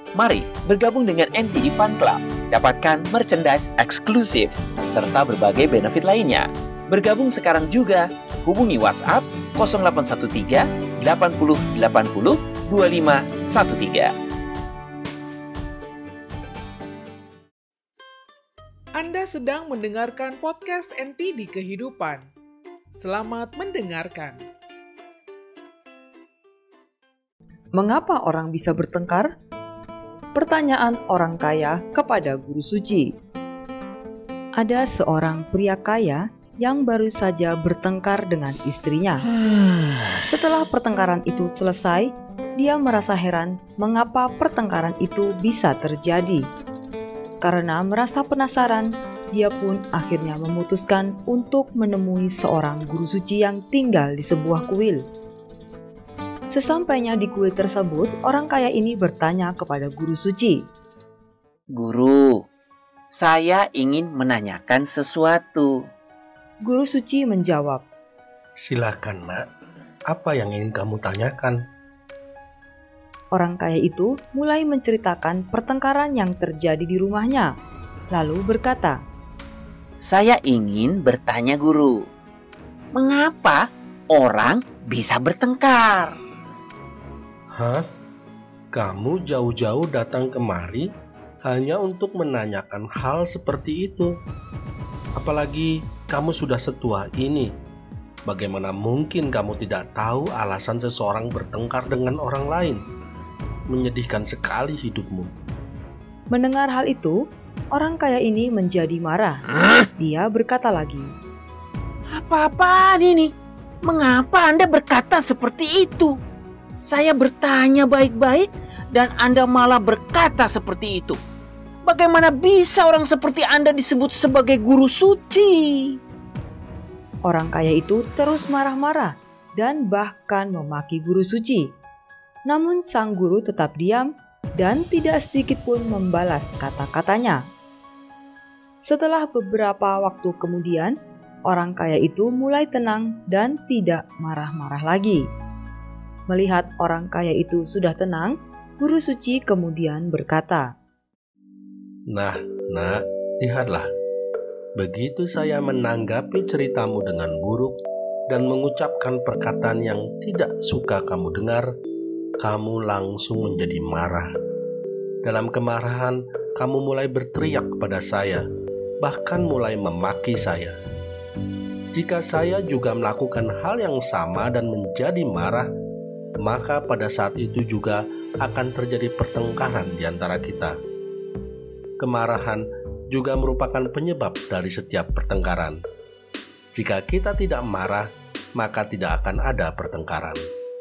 Mari bergabung dengan NT di Fan Club. Dapatkan merchandise eksklusif serta berbagai benefit lainnya. Bergabung sekarang juga. Hubungi WhatsApp 0813 80 80 2513. Anda sedang mendengarkan podcast NT di Kehidupan. Selamat mendengarkan. Mengapa orang bisa bertengkar? Pertanyaan orang kaya kepada guru suci. Ada seorang pria kaya yang baru saja bertengkar dengan istrinya. Setelah pertengkaran itu selesai, dia merasa heran mengapa pertengkaran itu bisa terjadi. Karena merasa penasaran, dia pun akhirnya memutuskan untuk menemui seorang guru suci yang tinggal di sebuah kuil. Sesampainya di kuil tersebut, orang kaya ini bertanya kepada guru suci. Guru, saya ingin menanyakan sesuatu. Guru suci menjawab, Silakan, Nak. Apa yang ingin kamu tanyakan? orang kaya itu mulai menceritakan pertengkaran yang terjadi di rumahnya, lalu berkata, Saya ingin bertanya guru, mengapa orang bisa bertengkar? Hah? Kamu jauh-jauh datang kemari hanya untuk menanyakan hal seperti itu? Apalagi kamu sudah setua ini. Bagaimana mungkin kamu tidak tahu alasan seseorang bertengkar dengan orang lain? Menyedihkan sekali hidupmu. Mendengar hal itu, orang kaya ini menjadi marah. Dia berkata lagi, Apa-apaan ini? Mengapa Anda berkata seperti itu? Saya bertanya baik-baik dan Anda malah berkata seperti itu. Bagaimana bisa orang seperti Anda disebut sebagai guru suci? orang kaya itu terus marah-marah dan bahkan memaki guru suci. Namun sang guru tetap diam dan tidak sedikit pun membalas kata-katanya. Setelah beberapa waktu kemudian, orang kaya itu mulai tenang dan tidak marah-marah lagi. Melihat orang kaya itu sudah tenang, guru suci kemudian berkata, Nah, Nak, lihatlah. Begitu saya menanggapi ceritamu dengan buruk dan mengucapkan perkataan yang tidak suka kamu dengar, kamu langsung menjadi marah. Dalam kemarahan, kamu mulai berteriak kepada saya, bahkan mulai memaki saya. Jika saya juga melakukan hal yang sama dan menjadi marah, maka pada saat itu juga akan terjadi pertengkaran di antara kita. Kemarahan juga merupakan penyebab dari setiap pertengkaran. Jika kita tidak marah, maka tidak akan ada pertengkaran.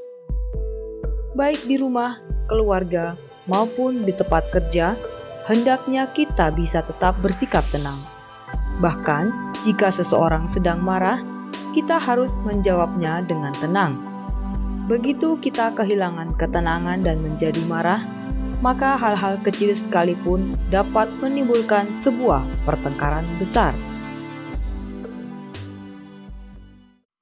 baik di rumah, keluarga, maupun di tempat kerja, hendaknya kita bisa tetap bersikap tenang. Bahkan, jika seseorang sedang marah, kita harus menjawabnya dengan tenang. Begitu kita kehilangan ketenangan dan menjadi marah, maka hal-hal kecil sekalipun dapat menimbulkan sebuah pertengkaran besar.